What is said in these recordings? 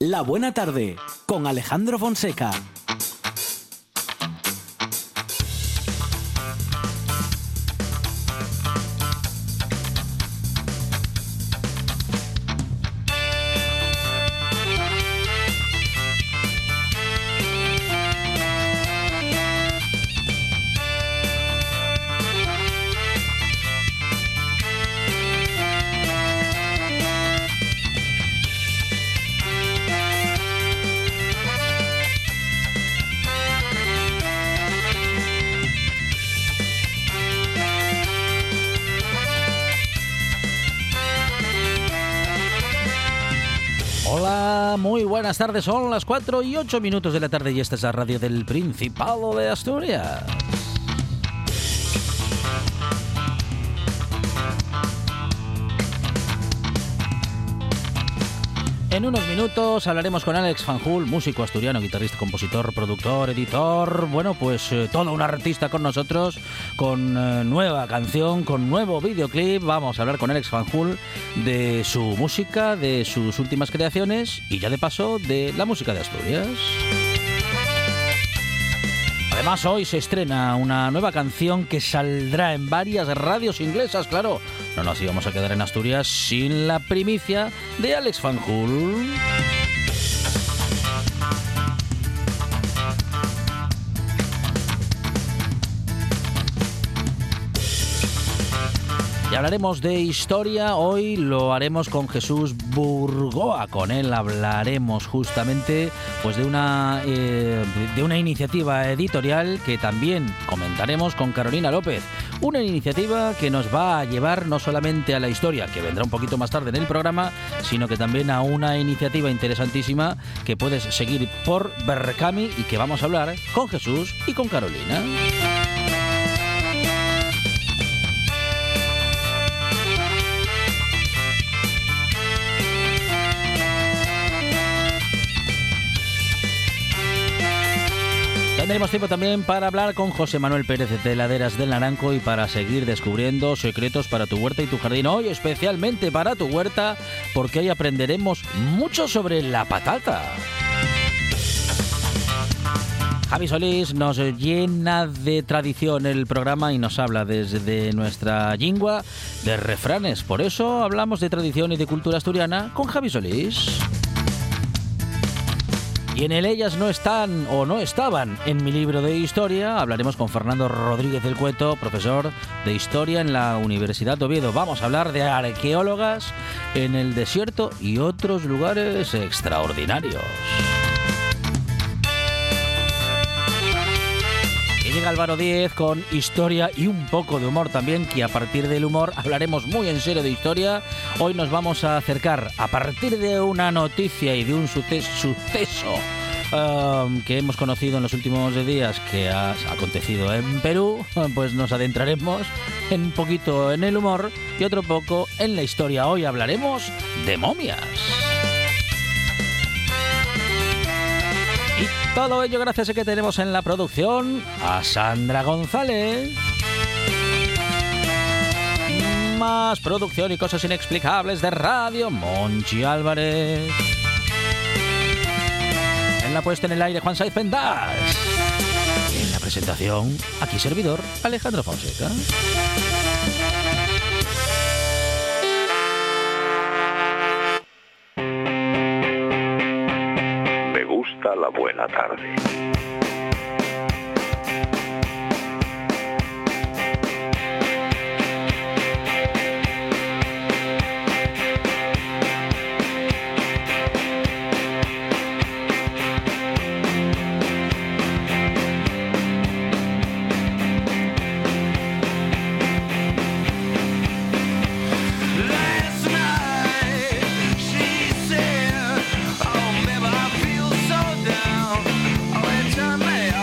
La Buena Tarde, con Alejandro Fonseca. Muy buenas tardes, son las 4:08 de la tarde y esta es la radio del Principado de Asturias. En unos minutos hablaremos con Alex Fanjul, músico asturiano, guitarrista, compositor, productor, editor. Bueno, pues todo un artista con nosotros, con nueva canción, con nuevo videoclip. Vamos a hablar con Alex Fanjul de su música, de sus últimas creaciones y ya de paso de la música de Asturias. Además, hoy se estrena una nueva canción que saldrá en varias radios inglesas, claro. No nos íbamos a quedar en Asturias sin la primicia de Alex Fanjul. Y hablaremos de historia, hoy lo haremos con Jesús Burgoa. Con él hablaremos justamente pues de una iniciativa editorial que también comentaremos con Carolina López. Una iniciativa que nos va a llevar no solamente a la historia, que vendrá un poquito más tarde en el programa, sino que también a una iniciativa interesantísima que puedes seguir por Berkami y que vamos a hablar con Jesús y con Carolina. Tendremos tiempo también para hablar con José Manuel Pérez de Heladeras del Naranco y para seguir descubriendo secretos para tu huerta y tu jardín. Hoy especialmente para tu huerta, porque hoy aprenderemos mucho sobre la patata. Javi Solís nos llena de tradición el programa y nos habla desde nuestra lingua de refranes. Por eso hablamos de tradición y de cultura asturiana con Javi Solís. Y en el Ellas no están o no estaban en mi libro de historia. Hablaremos con Fernando Rodríguez del Cueto, profesor de historia en la Universidad de Oviedo. Vamos a hablar de arqueólogas en el desierto y otros lugares extraordinarios. Y llega Álvaro Díez con historia y un poco de humor también, que a partir del humor hablaremos muy en serio de historia. Hoy nos vamos a acercar a partir de una noticia y de un suceso que hemos conocido en los últimos días que ha acontecido en Perú. Pues nos adentraremos un poquito en el humor y otro poco en la historia. Hoy hablaremos de momias. Y todo ello gracias a que tenemos en la producción a Sandra González. Más producción y cosas inexplicables de radio, Monchi Álvarez. En la puesta en el aire, Juan Saiz Pendas. Y en la presentación, aquí servidor, Alejandro Fonseca. Me gusta la buena tarde. Oh, baby, I feel so down. Oh, every time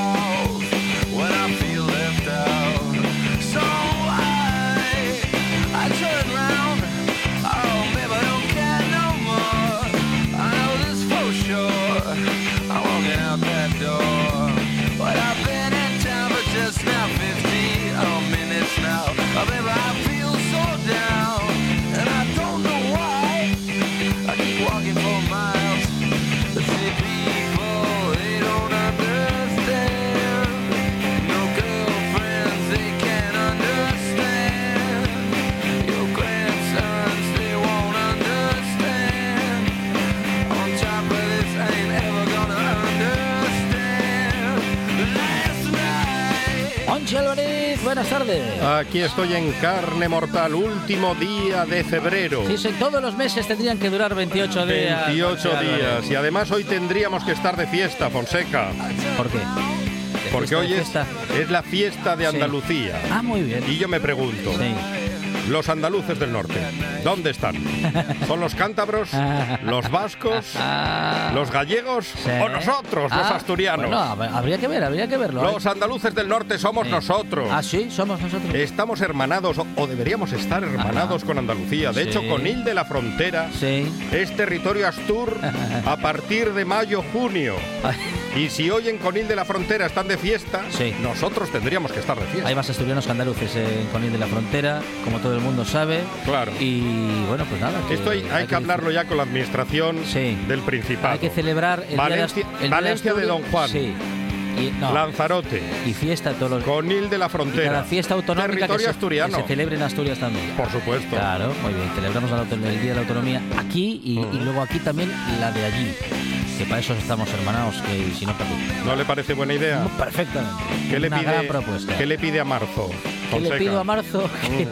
buenas tardes. Aquí estoy en carne mortal, último día de febrero. Sí, todos los meses tendrían que durar 28 días. 28 días. Y además hoy tendríamos que estar de fiesta, Fonseca. ¿Por qué? Porque hoy es la fiesta de Andalucía. Ah, muy bien. Y yo me pregunto, los andaluces del norte, ¿dónde están? ¿Son los cántabros, los vascos, los gallegos o nosotros, los asturianos? Bueno, habría que verlo. Los andaluces del norte somos nosotros. Ah, sí, somos nosotros. Estamos hermanados, o deberíamos estar hermanados con Andalucía. De hecho, Conil de la Frontera es territorio astur a partir de mayo-junio. Y si hoy en Conil de la Frontera están de fiesta, nosotros tendríamos que estar de fiesta. Hay más asturianos que andaluces en Conil de la Frontera, como todo el mundo sabe. Claro. Y bueno, pues nada. Esto hay que hablarlo ya con la administración del Principado. Hay que celebrar el Valencia de Don Juan. Sí. Lanzarote y fiesta todos los Conil de la Frontera. Cada fiesta autonómica territorio asturiano. Que se celebre en Asturias también. Por supuesto. Claro, muy bien. Celebramos el Día de la Autonomía aquí y luego aquí también la de allí. Que para eso estamos hermanados, que si no, ¿para qué? ¿No le parece buena idea? Perfectamente. Una gran propuesta. ¿Qué le pide a marzo? ¿Qué le pido a marzo? Que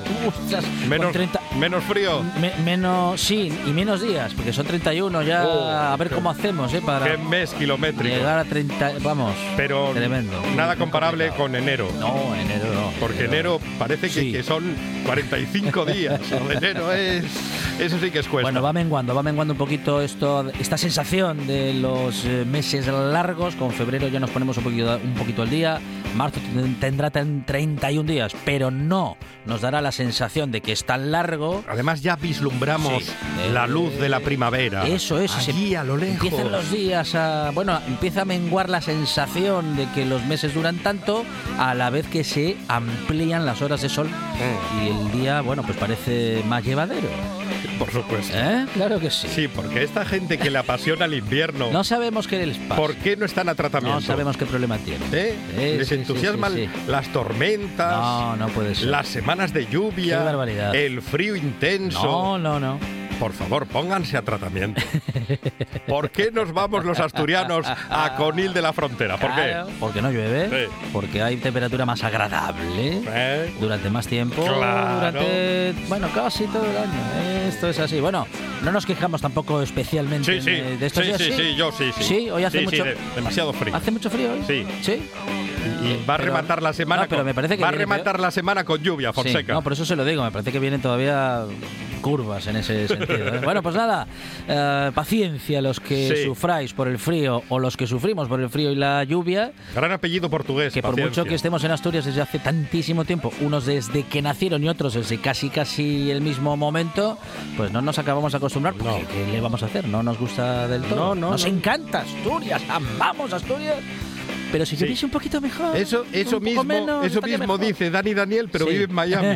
menos frío. Sí, y menos días, porque son 31 ya. A ver cómo hacemos, para qué mes kilométrico. Llegar a 30, vamos. Pero tremendo. Nada comparable con enero. No, enero no. Porque enero parece que son 45 días. O enero eso sí que es cuesta. Bueno, va menguando un poquito esta sensación de los meses largos. Con febrero ya nos ponemos un poquito al día. Marzo tendrá 31 días, pero no nos dará la sensación de que es tan largo. Además ya vislumbramos la luz de la primavera. Eso es. Allí a lo lejos. Empiezan los días empieza a menguar la sensación de que los meses duran tanto, a la vez que se amplían las horas de sol y el día, pues parece más llevadero. Por supuesto. Claro que sí. Sí, porque esta gente que le apasiona el invierno... No sabemos qué les pasa. ¿Por qué no están a tratamiento? No sabemos qué problema tienen. Les entusiasman las tormentas. No puede ser. Las semanas de lluvia. Qué barbaridad. El frío intenso. No. Por favor, pónganse a tratamiento. ¿Por qué nos vamos los asturianos a Conil de la Frontera? ¿Por qué? Porque no llueve, porque hay temperatura más agradable durante más tiempo, durante casi todo el año. Esto es así. Bueno, no nos quejamos tampoco especialmente de estos días. Yo sí. Sí, hoy hace mucho. Demasiado frío. ¿Hace mucho frío hoy? Sí. ¿Sí? Y va a rematar la semana. Pero me parece que va a rematar la semana con lluvia, Fonseca. Sí, por eso se lo digo. Me parece que vienen todavía curvas en ese sentido. Bueno, pues nada, paciencia los que sufráis por el frío o los que sufrimos por el frío y la lluvia. Gran apellido portugués. Que paciencia. por mucho que estemos en Asturias desde hace tantísimo tiempo, unos desde que nacieron y otros desde casi el mismo momento, pues no nos acabamos de acostumbrar. ¿Qué le vamos a hacer? No nos gusta del todo. Nos encanta Asturias, amamos Asturias. Pero si viviese un poquito mejor. Eso mismo dice Dani Daniel, pero vive en Miami.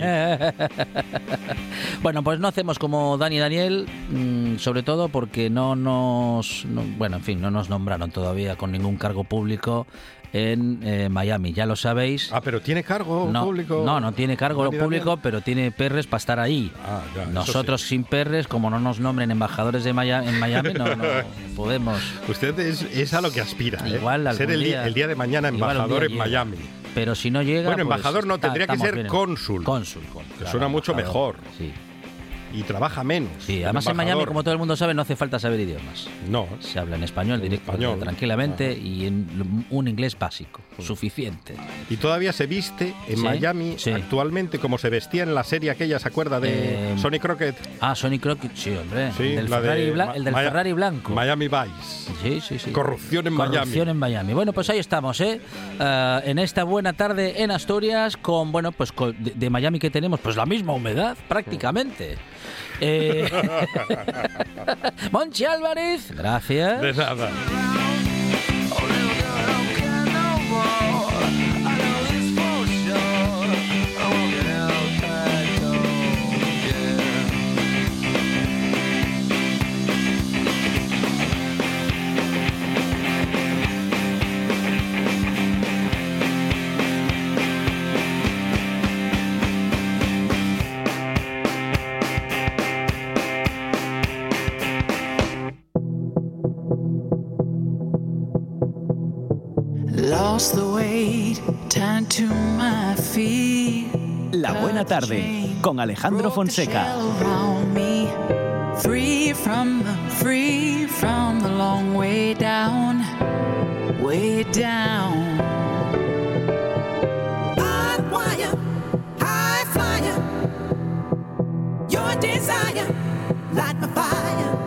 Bueno, pues no hacemos como Dani Daniel, sobre todo porque no nos nombraron todavía con ningún cargo público en Miami, ya lo sabéis. Pero ¿tiene cargo público? No tiene cargo público, pero tiene perres para estar ahí. Nosotros sin perres, como no nos nombren embajadores de en Miami, no podemos. Usted es a lo que aspira, igual ser el día de mañana embajador en Miami. Pero si no llega... Bueno, embajador no, tendría que ser cónsul. Cónsul. Que suena mucho mejor. Sí. Y trabaja menos. Sí, además en Miami, como todo el mundo sabe, no hace falta saber idiomas. No. Se habla en español tranquilamente y en un inglés básico, suficiente. Y todavía se viste en Miami actualmente como se vestía en la serie aquella, ¿se acuerda de Sonny Crockett? Sonny Crockett, sí, hombre. Sí, el del Ferrari blanco. Miami Vice. Sí. Corrupción en Miami. Bueno, pues ahí estamos, en esta buena tarde en Asturias con de Miami que tenemos, pues la misma humedad, prácticamente. Monchi Álvarez, gracias. De nada. lost the weight, turned to my feet. La buena tarde con Alejandro Fonseca. Free from the long way down, way down. Hot wire, high flyer, your desire, light my fire.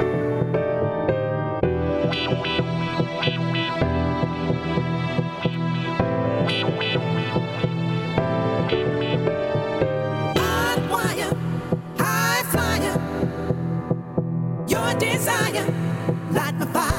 Hot wire, high flyer, your desire, light my fire.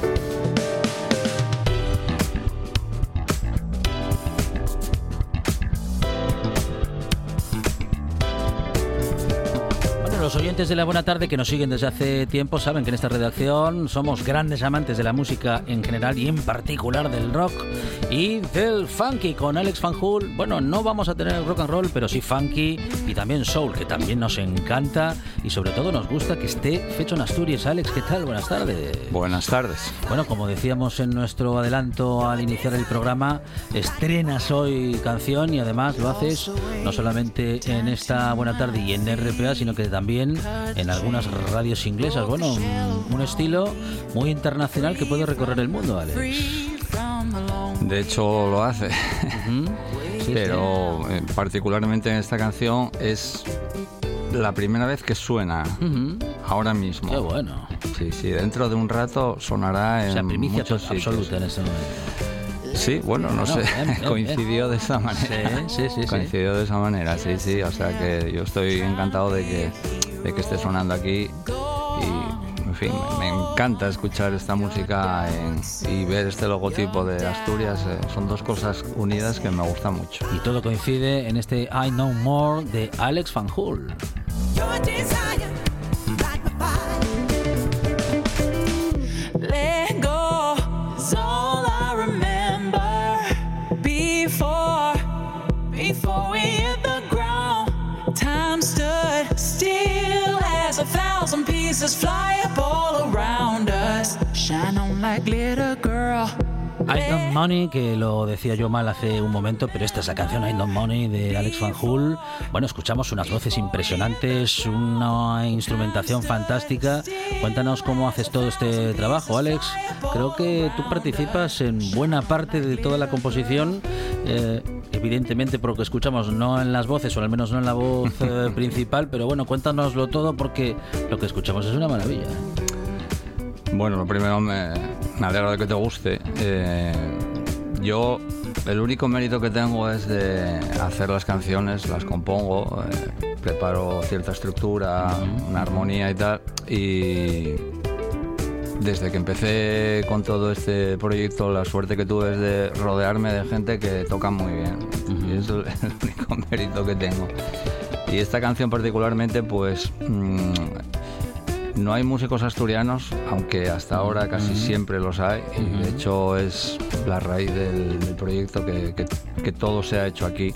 Los oyentes de La Buena Tarde que nos siguen desde hace tiempo saben que en esta redacción somos grandes amantes de la música en general y en particular del rock y del funky con Alex Van Hool. Bueno, no vamos a tener rock and roll, pero sí funky y también soul, que también nos encanta y sobre todo nos gusta que esté fecho en Asturias. Alex, ¿qué tal? Buenas tardes. Buenas tardes. Bueno, como decíamos en nuestro adelanto al iniciar el programa, estrenas hoy canción y además lo haces no solamente en esta Buena Tarde y en RPA, sino que también en algunas radios inglesas. Bueno, un estilo muy internacional que puede recorrer el mundo, Alex. De hecho lo hace. Sí, pero sí. Particularmente en esta canción es la primera vez que suena ahora mismo. Qué bueno. Sí, dentro de un rato sonará en primicia muchos sitios. Absoluta en este momento. Sí, bueno, no sé, coincidió de esa manera. Sí. Coincidió de esa manera, sí. O sea que yo estoy encantado de que esté sonando aquí y, en fin, me encanta escuchar esta música y ver este logotipo de Asturias. Son dos cosas unidas que me gustan mucho. Y todo coincide en este I Know More de Alex Van Hool. Before we hit the ground, time stood still as 1,000 pieces fly up all around us. Shine on like glitter, girl. I Don't Money, que lo decía yo mal hace un momento, pero esta es la canción I Don't Money de Alex Van Hool. Bueno, escuchamos unas voces impresionantes, una instrumentación fantástica. Cuéntanos cómo haces todo este trabajo, Alex. Creo que tú participas en buena parte de toda la composición, evidentemente por lo que escuchamos, no en las voces, o al menos no en la voz principal, pero bueno, cuéntanoslo todo porque lo que escuchamos es una maravilla. Bueno, lo primero me alegro de que te guste. Yo el único mérito que tengo es de hacer las canciones, las compongo, preparo cierta estructura, una armonía y tal, y desde que empecé con todo este proyecto la suerte que tuve es de rodearme de gente que toca muy bien, y eso es el único mérito que tengo. Y esta canción particularmente, pues no hay músicos asturianos, aunque hasta ahora casi siempre los hay, y de hecho es la raíz del proyecto que todo se ha hecho aquí.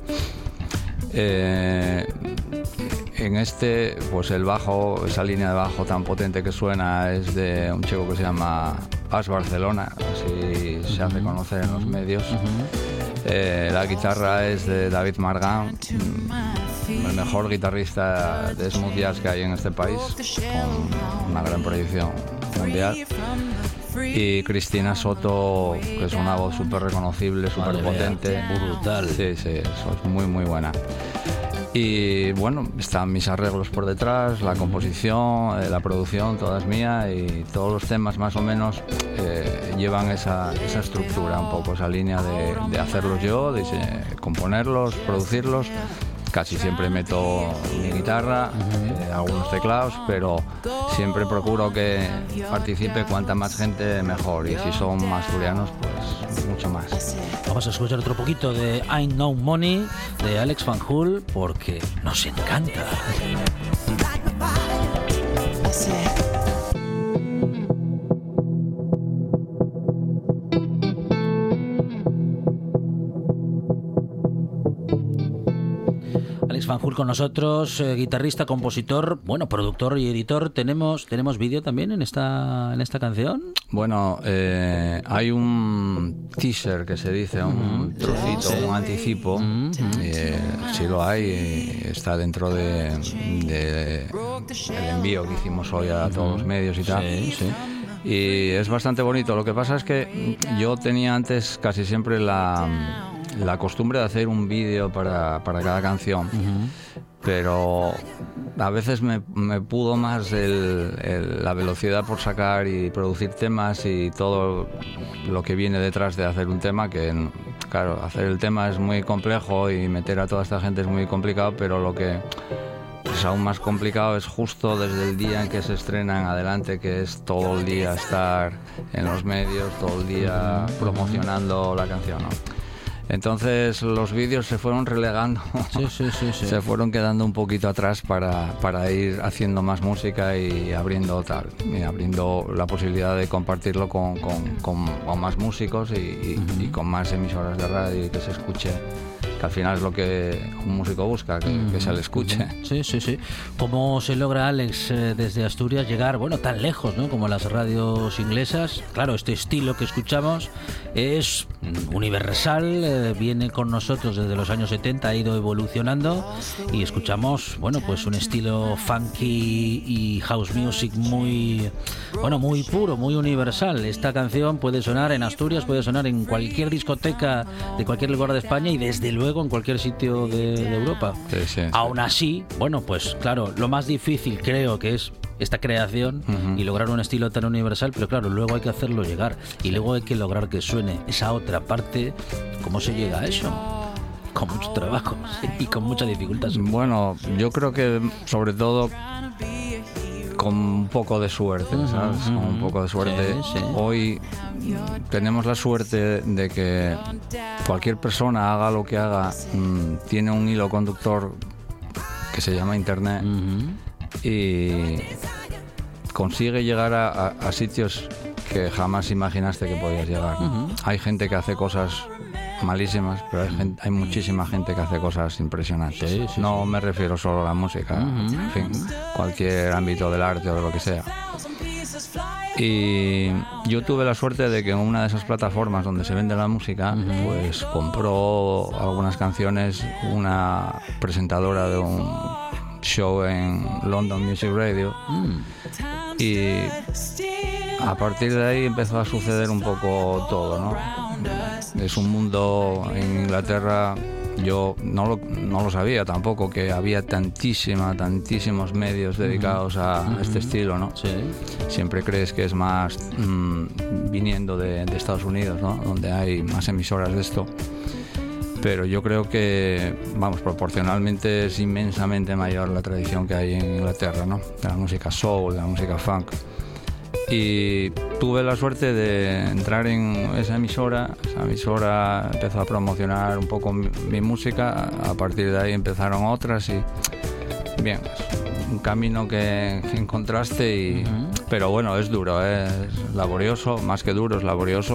En este, pues el bajo, esa línea de bajo tan potente que suena es de un chico que se llama As Barcelona, así se hace conocer en los medios. La guitarra es de David Margán, el mejor guitarrista de smooth jazz que hay en este país, con una gran proyección mundial. Y Cristina Soto, que es una voz súper reconocible, súper potente, brutal. Sí, eso es muy muy buena. Y bueno, están mis arreglos por detrás, la composición, la producción, toda es mía, y todos los temas más o menos llevan esa estructura, un poco esa línea de hacerlos yo, de componerlos, producirlos. Casi siempre meto mi guitarra, algunos teclados, pero siempre procuro que participe cuanta más gente mejor, y si son más asturianos, pues mucho más. Vamos a escuchar otro poquito de I Know Money de Alex Van Hool porque nos encanta. Fanjul con nosotros, guitarrista, compositor, bueno, productor y editor. ¿Tenemos vídeo también en esta canción? Bueno, hay un teaser que se dice, un trocito, un anticipo. Sí lo hay, está dentro de el envío que hicimos hoy a todos los medios y tal. Sí. Y es bastante bonito. Lo que pasa es que yo tenía antes casi siempre la costumbre de hacer un vídeo para cada canción, pero a veces me pudo más la velocidad por sacar y producir temas y todo lo que viene detrás de hacer un tema, que claro, hacer el tema es muy complejo y meter a toda esta gente es muy complicado, pero lo que es aún más complicado es justo desde el día en que se estrena en adelante, que es todo el día estar en los medios, todo el día promocionando la canción, ¿no? Entonces los vídeos se fueron relegando, sí. Se fueron quedando un poquito atrás para ir haciendo más música y abriendo la posibilidad de compartirlo con más músicos y con más emisoras de radio y que se escuche, que al final es lo que un músico busca, que se le escuche. Sí. ¿Cómo se logra, Alex, desde Asturias llegar, bueno, tan lejos, ¿no?, como las radios inglesas? Claro, este estilo que escuchamos es universal, viene con nosotros desde los años 70, ha ido evolucionando y escuchamos, bueno, pues un estilo funky y house music muy puro, muy universal. Esta canción puede sonar en Asturias, puede sonar en cualquier discoteca de cualquier lugar de España y desde luego en cualquier sitio de Europa. Sí. Aún así, bueno, pues claro, lo más difícil creo que es esta creación y lograr un estilo tan universal, pero claro, luego hay que hacerlo llegar y luego hay que lograr que suene esa otra parte. ¿Cómo se llega a eso? Con mucho trabajo y con mucha dificultad. Bueno, yo creo que sobre todo con un poco de suerte, ¿sabes? Con un poco de suerte. Sí. Hoy tenemos la suerte de que cualquier persona, haga lo que haga, tiene un hilo conductor que se llama Internet y consigue llegar a sitios que jamás imaginaste que podías llegar. Hay gente que hace cosas malísimas, pero hay muchísima gente que hace cosas impresionantes. No me refiero solo a la música, en fin, cualquier ámbito del arte o de lo que sea. Y yo tuve la suerte de que en una de esas plataformas donde se vende la música, pues compró algunas canciones una presentadora de un show en London Music Radio y a partir de ahí empezó a suceder un poco todo, ¿no? Es un mundo en Inglaterra, yo no lo sabía tampoco, que había tantísimos medios dedicados a este estilo, ¿no? Sí. Siempre crees que es más viniendo de Estados Unidos, ¿no?, donde hay más emisoras de esto. Pero yo creo que, proporcionalmente es inmensamente mayor la tradición que hay en Inglaterra, ¿no?, de la música soul, de la música funk. Y tuve la suerte de entrar en esa emisora empezó a promocionar un poco mi música, a partir de ahí empezaron otras y bien, es un camino que encontraste pero bueno, es duro, es laborioso, más que duro, es laborioso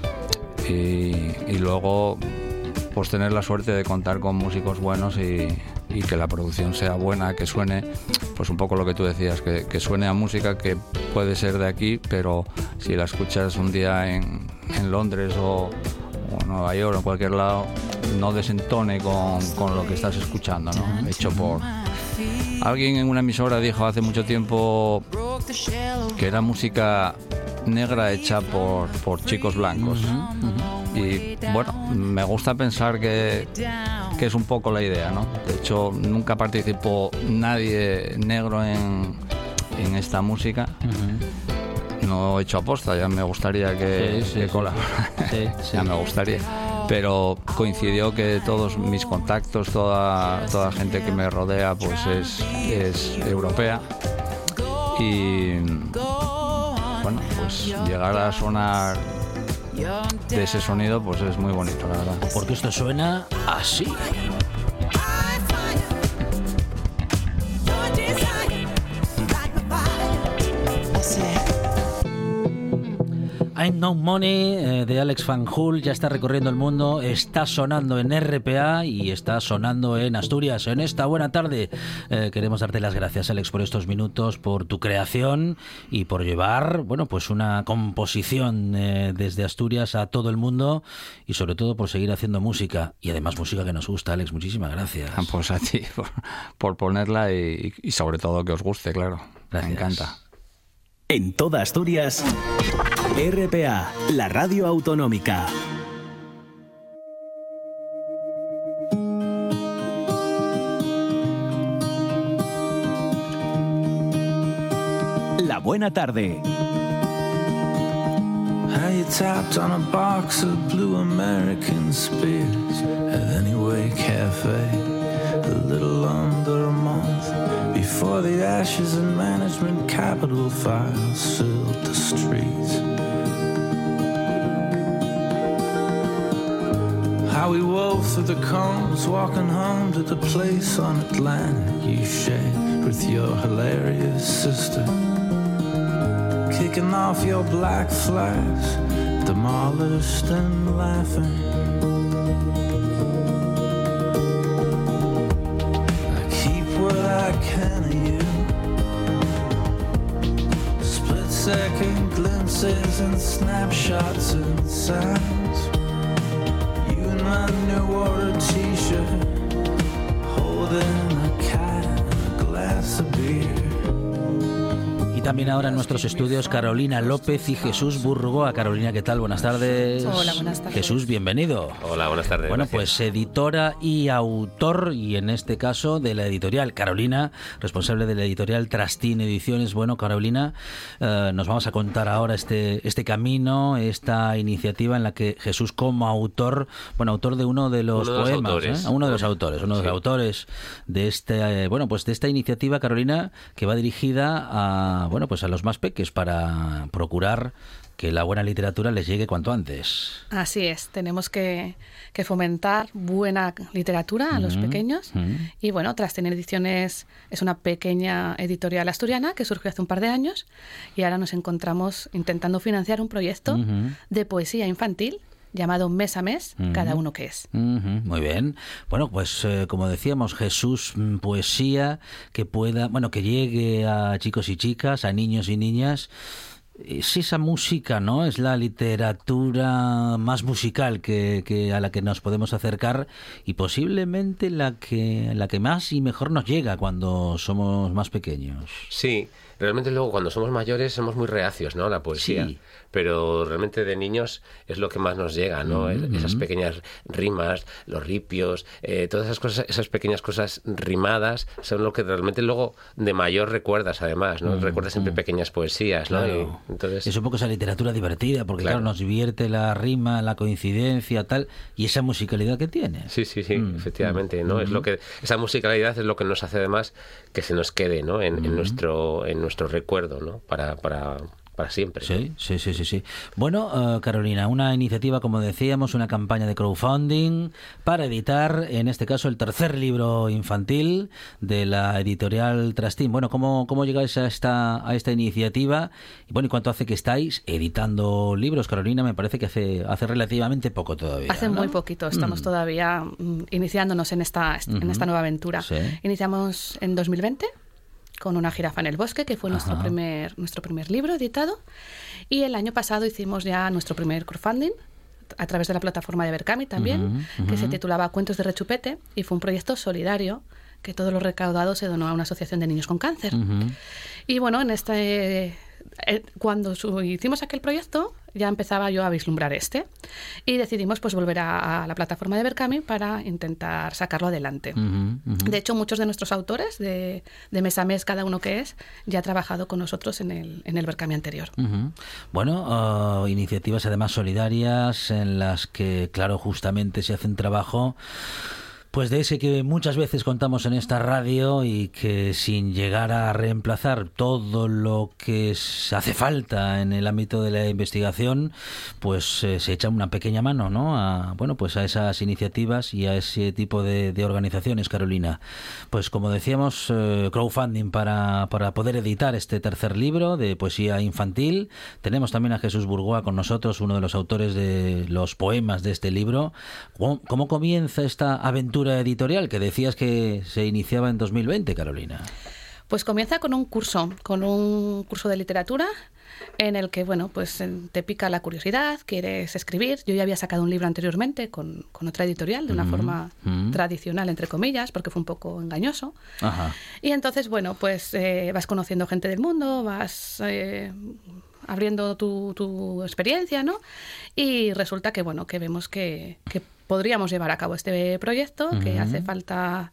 y luego pues tener la suerte de contar con músicos buenos y que la producción sea buena, que suene, pues un poco lo que tú decías, que suene a música que puede ser de aquí, pero si la escuchas un día en Londres o Nueva York o en cualquier lado, no desentone con lo que estás escuchando, ¿no? Hecho por... Alguien en una emisora dijo hace mucho tiempo que era música negra hecha por chicos blancos. Y bueno, me gusta pensar que es un poco la idea, ¿no? De hecho, nunca participó nadie negro en esta música. No he hecho aposta, ya me gustaría que colaborara. Ya me gustaría. Pero coincidió que todos mis contactos, toda gente que me rodea, pues es europea. Y bueno, pues llegar a sonar de ese sonido, pues es muy bonito, la verdad. Porque esto suena así. Ain't No Money de Alex Van Hool ya está recorriendo el mundo, está sonando en RPA y está sonando en Asturias. En esta buena tarde queremos darte las gracias, Alex, por estos minutos, por tu creación y por llevar, bueno, pues una composición desde Asturias a todo el mundo y sobre todo por seguir haciendo música y además música que nos gusta, Alex. Muchísimas gracias. Pues a ti por ponerla y sobre todo que os guste, claro. Gracias. Me encanta. En toda Asturias, RPA, la radio autonómica. La buena tarde. You tapped on a box of blue American Spears at Anyway Cafe a little under a month before the ashes and management capital files filled the streets. How we wove through the combs, walking home to the place on Atlantic you shared with your hilarious sister, kicking off your black flags, demolished and laughing. I keep what I can of you, split-second glimpses and snapshots and sounds. You in my New Order t-shirt, holding a cat and a glass of beer. También ahora en nuestros estudios Carolina López y Jesús Burgoa. Carolina, ¿qué tal? Buenas tardes. Hola, buenas tardes. Jesús, bienvenido. Hola, buenas tardes. Bueno, gracias. pues editora y autor, y en este caso de la editorial Carolina, responsable de la editorial Trastín Ediciones. Bueno, Carolina, nos vamos a contar ahora este camino, esta iniciativa en la que Jesús como autor, bueno, autor de uno de los poemas, uno de los autores de este, bueno, pues de esta iniciativa, Carolina, que va dirigida a, bueno, pues a los más peques para procurar que la buena literatura les llegue cuanto antes. Así es, tenemos que fomentar buena literatura a los pequeños. Y bueno, Trastín Ediciones es una pequeña editorial asturiana que surgió hace un par de años y ahora nos encontramos intentando financiar un proyecto de poesía infantil llamado Mes a Mes, cada uno que es. Muy bien. Bueno, pues como decíamos, Jesús, poesía que pueda, bueno, que llegue a chicos y chicas, a niños y niñas. Es esa música, ¿no? Es la literatura más musical que a la que nos podemos acercar y posiblemente la que más y mejor nos llega cuando somos más pequeños. Sí, realmente luego cuando somos mayores somos muy reacios, ¿no? A la poesía. Sí. Pero realmente de niños es lo que más nos llega, ¿no? Esas pequeñas rimas, los ripios, todas esas cosas, esas pequeñas cosas rimadas son lo que realmente luego de mayor recuerdas, además, ¿no? Recuerdas siempre pequeñas poesías, ¿no? Claro. Y entonces es un poco esa literatura divertida, porque claro, nos divierte la rima, la coincidencia, tal, y esa musicalidad que tiene. Sí, efectivamente, ¿no? Es lo que esa musicalidad es lo que nos hace además que se nos quede, ¿no? En nuestro recuerdo, ¿no? Para siempre. Sí. Bueno, Carolina, una iniciativa, como decíamos, una campaña de crowdfunding para editar, en este caso, el tercer libro infantil de la editorial Trastín. Bueno, ¿cómo llegáis a esta iniciativa? Y bueno, ¿y cuánto hace que estáis editando libros, Carolina? Me parece que hace relativamente poco todavía. Hace muy poquito, estamos todavía iniciándonos en esta nueva aventura. Sí. Iniciamos en 2020. Con Una jirafa en el bosque, que fue nuestro primer libro editado. Y el año pasado hicimos ya nuestro primer crowdfunding a través de la plataforma de Berkami también, que se titulaba Cuentos de Rechupete, y fue un proyecto solidario que todo lo recaudado se donó a una asociación de niños con cáncer. Y bueno, cuando hicimos aquel proyecto ya empezaba yo a vislumbrar y decidimos pues volver a la plataforma de Berkami para intentar sacarlo adelante. De hecho, muchos de nuestros autores de Mes a Mes, cada uno que es, ya ha trabajado con nosotros en el Berkami anterior. Bueno, iniciativas además solidarias en las que, claro, justamente se hace un trabajo Pues de ese que muchas veces contamos en esta radio y que sin llegar a reemplazar todo lo que hace falta en el ámbito de la investigación, pues se echa una pequeña mano, ¿no? A esas iniciativas y a ese tipo de organizaciones, Carolina. Pues como decíamos, crowdfunding para poder editar este tercer libro de poesía infantil. Tenemos también a Jesús Burgoa con nosotros, uno de los autores de los poemas de este libro. ¿Cómo comienza esta aventura editorial que decías que se iniciaba en 2020, Carolina? Pues comienza con un curso de literatura en el que, pues te pica la curiosidad, quieres escribir. Yo ya había sacado un libro anteriormente con otra editorial, de una forma tradicional, entre comillas, porque fue un poco engañoso. Ajá. Y entonces, vas conociendo gente del mundo, vas abriendo tu experiencia, ¿no? Y resulta que vemos que podríamos llevar a cabo este proyecto, que hace falta,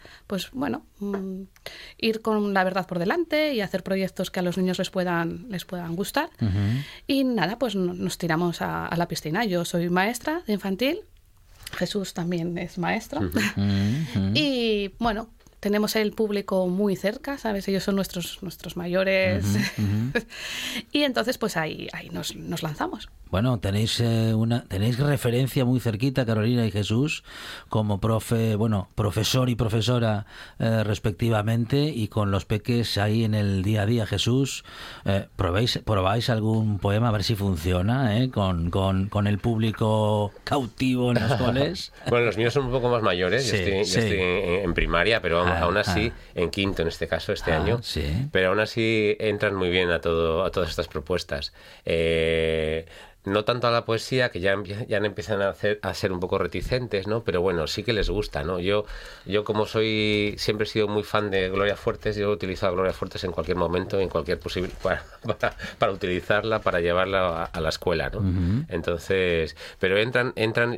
ir con la verdad por delante y hacer proyectos que a los niños les puedan gustar. Y nada, pues nos tiramos a la piscina. Yo soy maestra de infantil, Jesús también es maestro. Y tenemos el público muy cerca, ¿sabes? Ellos son nuestros mayores. Y entonces, pues ahí nos lanzamos. Bueno, tenéis referencia muy cerquita, Carolina y Jesús, como profesor y profesora respectivamente, y con los peques ahí en el día a día. Jesús, ¿probáis algún poema a ver si funciona con el público cautivo en los coles? Bueno, los míos son un poco más mayores. Yo estoy en primaria, pero aún así, en quinto en este caso, este año. Sí. Pero aún así entran muy bien a todas estas propuestas. No tanto a la poesía, que ya empiezan a ser un poco reticentes, ¿no? Pero bueno, sí que les gusta, ¿no? Yo como siempre he sido muy fan de Gloria Fuertes, yo utilizo a Gloria Fuertes en cualquier momento, en cualquier posible para utilizarla, para llevarla a la escuela, ¿no? Entonces, pero entran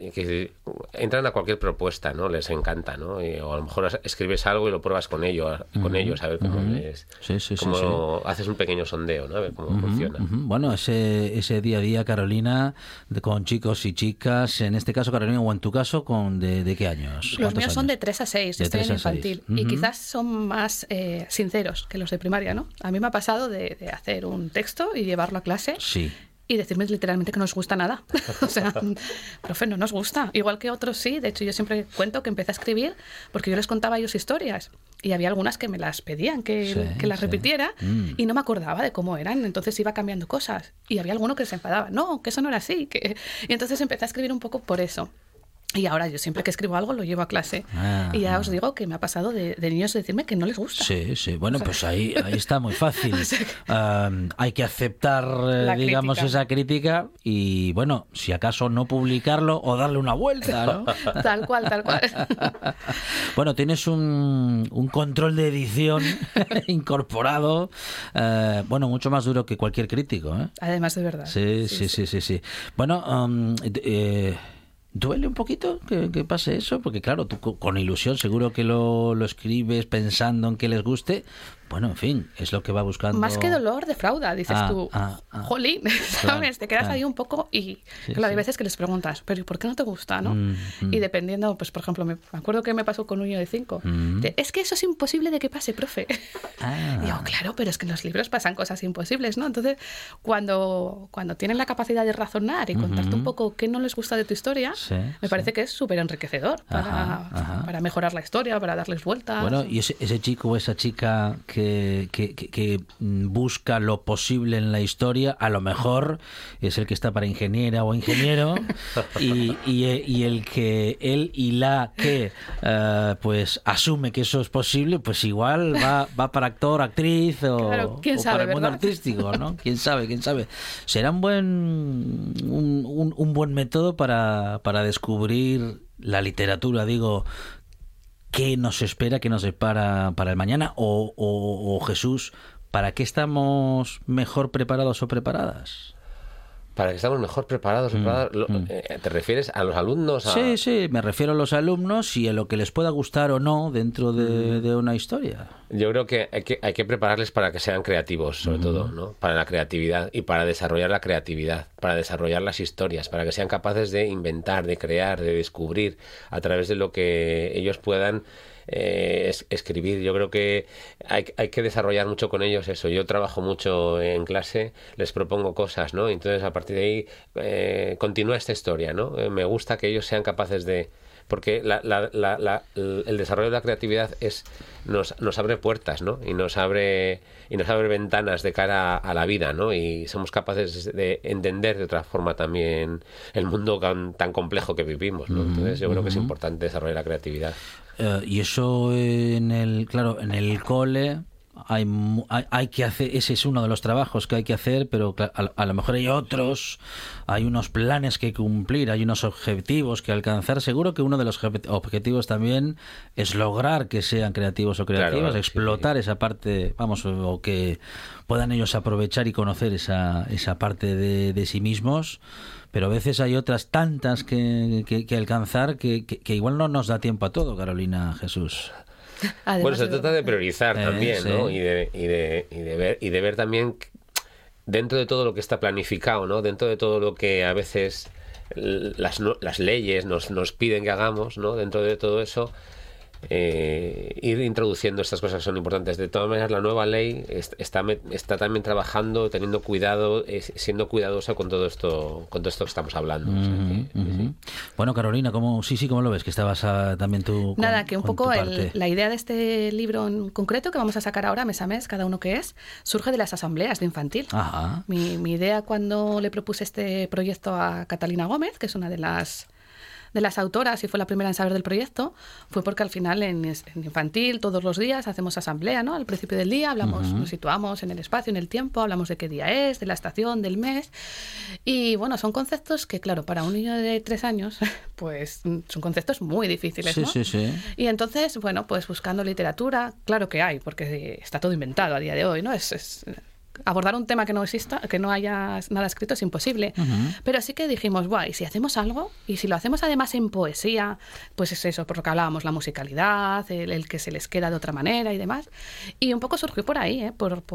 a cualquier propuesta, ¿no? Les encanta, ¿no? O a lo mejor escribes algo y lo pruebas con ellos, a ver cómo es. Cómo haces un pequeño sondeo, ¿no? A ver cómo funciona. Bueno, ese día a día, Carolina, con chicos y chicas, en este caso, Carolina, o en tu caso, ¿de qué años? Los míos son de 3 a 6, estoy en infantil, y quizás son más sinceros que los de primaria, ¿no? A mí me ha pasado de hacer un texto y llevarlo a clase. Sí. Y decirme literalmente que no os gusta nada. O sea, profe, no nos gusta. Igual que otros sí. De hecho, yo siempre cuento que empecé a escribir porque yo les contaba a ellos historias. Y había algunas que me las pedían que las repitiera y no me acordaba de cómo eran. Entonces iba cambiando cosas. Y había alguno que se enfadaba. No, que eso no era así. Y entonces empecé a escribir un poco por eso. Y ahora yo siempre que escribo algo lo llevo a clase. Y ya os digo que me ha pasado de niños decirme que no les gusta. Sí. Bueno, pues ahí está muy fácil. Hay que aceptar, digamos, esa crítica y, bueno, si acaso no publicarlo o darle una vuelta, ¿no? Tal cual. Bueno, tienes un control de edición incorporado, mucho más duro que cualquier crítico, ¿eh? Además, de verdad. Sí. Bueno, ¿duele un poquito que pase eso? Porque claro, tú con ilusión seguro que lo escribes pensando en que les guste. Bueno, en fin, es lo que va buscando. Más que dolor, defrauda, dices tú. Jolín, ¿sabes? Te quedas ahí un poco y claro, hay veces que les preguntas, ¿pero por qué no te gusta, no? Y dependiendo, pues por ejemplo, me acuerdo que me pasó con un niño de 5. Es que eso es imposible de que pase, profe. Y digo, claro, pero es que en los libros pasan cosas imposibles, ¿no? Entonces, cuando tienen la capacidad de razonar y contarte un poco qué no les gusta de tu historia, me parece que es súper enriquecedor para mejorar la historia, para darles vueltas. Bueno, y ese chico o esa chica que busca lo posible en la historia, a lo mejor es el que está para ingeniera o ingeniero y el que él y la que pues asume que eso es posible, pues igual va para actor, actriz o, claro, ¿quién sabe, para el mundo ¿verdad? artístico, ¿no? ¿Quién sabe? Será un buen método para descubrir la literatura, digo. ¿Qué nos espera, qué nos depara para el mañana? O Jesús, ¿para qué estamos mejor preparados o preparadas? Para que estemos mejor preparados. ¿Te refieres a los alumnos? Sí, me refiero a los alumnos y a lo que les pueda gustar o no dentro de una historia. Yo creo que hay que prepararles para que sean creativos, sobre todo, ¿no? Para la creatividad y para desarrollar la creatividad, para desarrollar las historias, para que sean capaces de inventar, de crear, de descubrir a través de lo que ellos puedan escribir. Yo creo que hay que desarrollar mucho con ellos eso. Yo trabajo mucho en clase, les propongo cosas, ¿no? Entonces a partir de ahí continúa esta historia, ¿no? Me gusta que ellos sean capaces de... Porque el desarrollo de la creatividad nos abre puertas, ¿no? Y nos abre ventanas de cara a la vida, ¿no? Y somos capaces de entender de otra forma también el mundo tan complejo que vivimos, ¿no? Entonces yo creo que es importante desarrollar la creatividad. Y eso en el cole hay que hacer, ese es uno de los trabajos que hay que hacer, pero a lo mejor hay otros, hay unos planes que cumplir, hay unos objetivos que alcanzar. Seguro que uno de los objetivos también es lograr que sean creativos o creativas, claro, explotar esa parte, o que puedan ellos aprovechar y conocer esa parte de sí mismos. Pero a veces hay otras tantas que alcanzar que igual no nos da tiempo a todo, Carolina, Jesús. Bueno, se trata de priorizar también, ¿no? Y de ver también dentro de todo lo que está planificado, ¿no? Dentro de todo lo que a veces las leyes nos piden que hagamos, ¿no? Dentro de todo eso, ir introduciendo estas cosas que son importantes. De todas maneras, la nueva ley está también trabajando, teniendo cuidado, siendo cuidadosa con todo esto que estamos hablando. Sí. Bueno, Carolina, ¿cómo lo ves? Que estabas también tú con, nada, que un poco la idea de este libro en concreto que vamos a sacar ahora mes a mes, cada uno que es, surge de las asambleas de infantil. Ajá. Mi idea cuando le propuse este proyecto a Catalina Gómez, que es una de las autoras y fue la primera en saber del proyecto, fue porque al final en infantil todos los días hacemos asamblea, ¿no? Al principio del día hablamos, nos situamos en el espacio, en el tiempo, hablamos de qué día es, de la estación, del mes, y bueno, son conceptos que claro, para un niño de 3 años pues son conceptos muy difíciles, ¿no? Sí. Y entonces, bueno, pues buscando literatura, claro que hay, porque está todo inventado a día de hoy, ¿no? Es abordar un tema que no exista, que no haya nada escrito, es imposible. Pero sí que dijimos, ¿y si hacemos algo? Y si lo hacemos además en poesía, pues es eso, por lo que hablábamos, la musicalidad, el que se les queda de otra manera y demás. Y un poco surgió por ahí,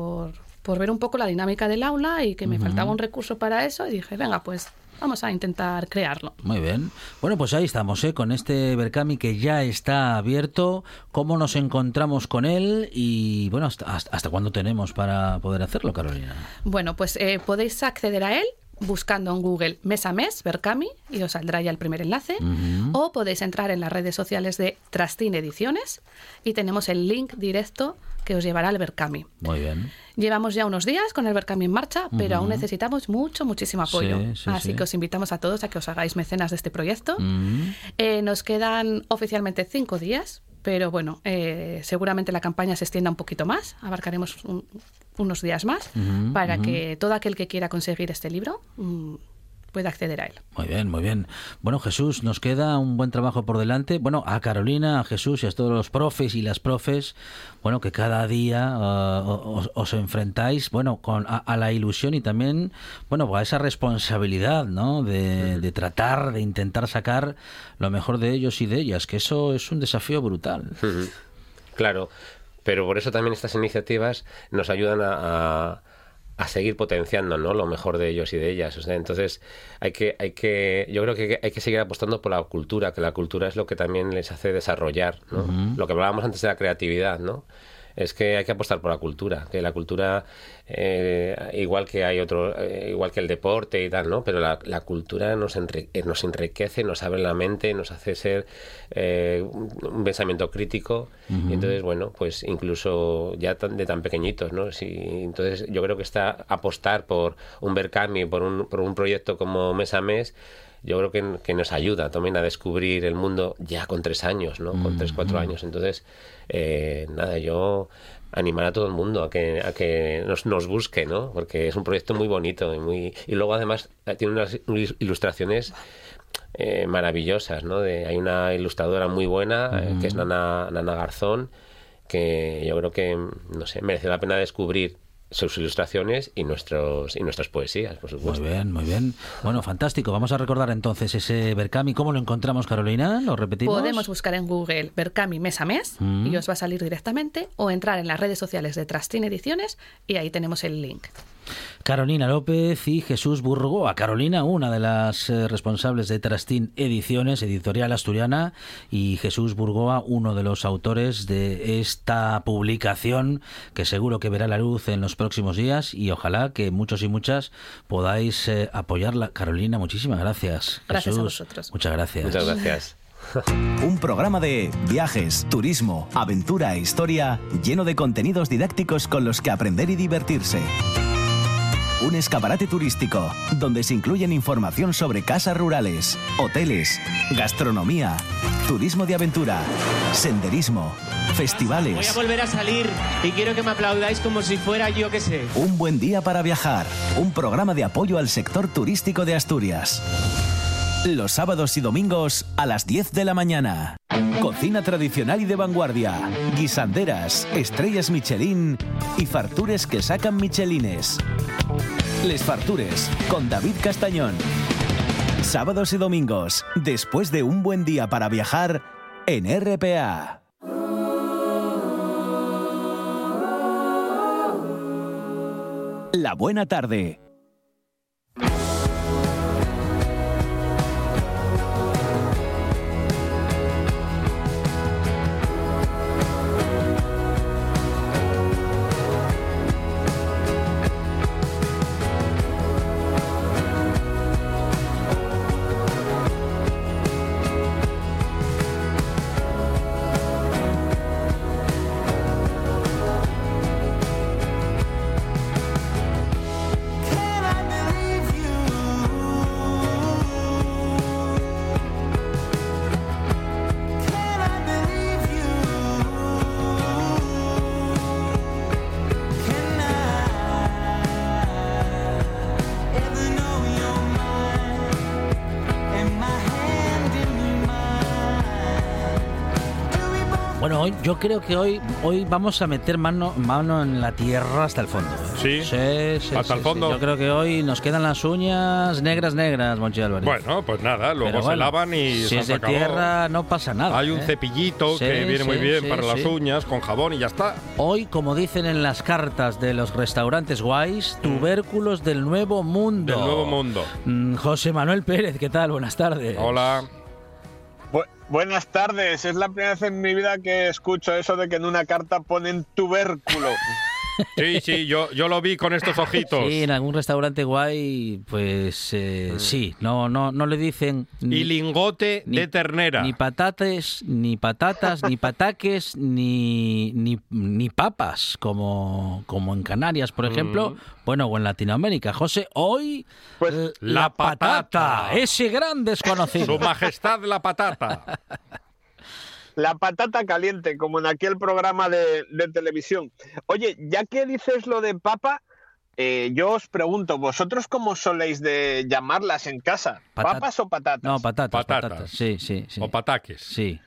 por ver un poco la dinámica del aula y que me faltaba un recurso para eso y dije, venga, pues vamos a intentar crearlo. Muy bien. Bueno, pues ahí estamos, con este Berkami que ya está abierto. ¿Cómo nos encontramos con él? Y bueno, ¿hasta cuándo tenemos para poder hacerlo, Carolina? Bueno, pues podéis acceder a él buscando en Google mes a mes Berkami y os saldrá ya el primer enlace, o podéis entrar en las redes sociales de Trastín Ediciones y tenemos el link directo que os llevará al Berkami. Muy bien. Llevamos ya unos días con el Berkami en marcha, pero aún necesitamos muchísimo apoyo. Así que os invitamos a todos a que os hagáis mecenas de este proyecto. Nos quedan oficialmente 5 días, pero bueno, seguramente la campaña se extienda un poquito más. Abarcaremos unos días más para que todo aquel que quiera conseguir este libro pueda acceder a él. Muy bien, muy bien. Bueno, Jesús, nos queda un buen trabajo por delante. Bueno, a Carolina, a Jesús y a todos los profes y las profes, bueno, que cada día os enfrentáis, bueno, a la ilusión y también, bueno, a esa responsabilidad, ¿no? De tratar, de intentar sacar lo mejor de ellos y de ellas, que eso es un desafío brutal. Claro, pero por eso también estas iniciativas nos ayudan a seguir potenciando, ¿no?, lo mejor de ellos y de ellas. O sea, entonces yo creo que hay que seguir apostando por la cultura, que la cultura es lo que también les hace desarrollar, ¿no? Lo que hablábamos antes de la creatividad, ¿no? Es que hay que apostar por la cultura, que la cultura, igual que el deporte y tal, ¿no? Pero la cultura nos enriquece, nos abre la mente, nos hace ser un pensamiento crítico. Y entonces, bueno, pues incluso ya de tan pequeñitos, ¿no? Entonces yo creo que apostar por un Berkami, por un proyecto como Mes a Mes, yo creo que nos ayuda también a descubrir el mundo ya con 3 años, ¿no? Con 3, 4 años. Entonces, yo animar a todo el mundo a que nos busque, ¿no? Porque es un proyecto muy bonito y luego además tiene unas ilustraciones maravillosas, ¿no? Hay una ilustradora muy buena, que es Nana Garzón, que yo creo que, no sé, merece la pena descubrir sus ilustraciones y nuestras poesías, por supuesto. Muy bien, muy bien. Bueno, fantástico. Vamos a recordar entonces ese Berkami. ¿Cómo lo encontramos, Carolina? ¿Lo repetimos? Podemos buscar en Google Berkami mes a mes y os va a salir directamente, o entrar en las redes sociales de Trastín Ediciones y ahí tenemos el link. Carolina López y Jesús Burgoa. Carolina, una de las responsables de Trastín Ediciones, editorial asturiana, y Jesús Burgoa, uno de los autores de esta publicación que seguro que verá la luz en los próximos días, y ojalá que muchos y muchas podáis apoyarla. Carolina, muchísimas gracias. Gracias Jesús, a vosotros. Muchas gracias. Muchas gracias. Un programa de viajes, turismo, aventura e historia lleno de contenidos didácticos con los que aprender y divertirse. Un escaparate turístico donde se incluyen información sobre casas rurales, hoteles, gastronomía, turismo de aventura, senderismo, festivales. Voy a volver a salir y quiero que me aplaudáis como si fuera yo que sé. Un buen día para viajar. Un programa de apoyo al sector turístico de Asturias. Los sábados y domingos a las 10 de la mañana. Cocina tradicional y de vanguardia. Guisanderas, estrellas Michelin y fartures que sacan Michelines. Les Fartures, con David Castañón. Sábados y domingos, después de un buen día para viajar, en RPA. La buena tarde. Bueno, yo creo que hoy vamos a meter mano en la tierra hasta el fondo. ¿Sí? Sí, hasta el fondo. Sí. Yo creo que hoy nos quedan las uñas negras, Monchi Álvarez. Bueno, pues nada, luego se lavan y si se es de acabó. Tierra no pasa nada. Hay un cepillito que viene muy bien para las uñas, con jabón y ya está. Hoy, como dicen en las cartas de los restaurantes guays, tubérculos del Nuevo Mundo. Del Nuevo Mundo. José Manuel Pérez, ¿qué tal? Buenas tardes. Hola. Buenas tardes, es la primera vez en mi vida que escucho eso de que en una carta ponen tubérculo. Sí, yo lo vi con estos ojitos. Sí, en algún restaurante guay, pues sí, no le dicen... Y lingote de ternera. Ni patatas, ni pataques, ni papas, como en Canarias, por ejemplo, bueno, o en Latinoamérica. José, hoy pues la patata, ese gran desconocido. Su majestad la patata. La patata caliente, como en aquel programa de televisión. Oye, ya que dices lo de papa, yo os pregunto, ¿vosotros cómo soléis de llamarlas en casa? ¿Papas o patatas? No, patatas. Sí. O pataques. Sí.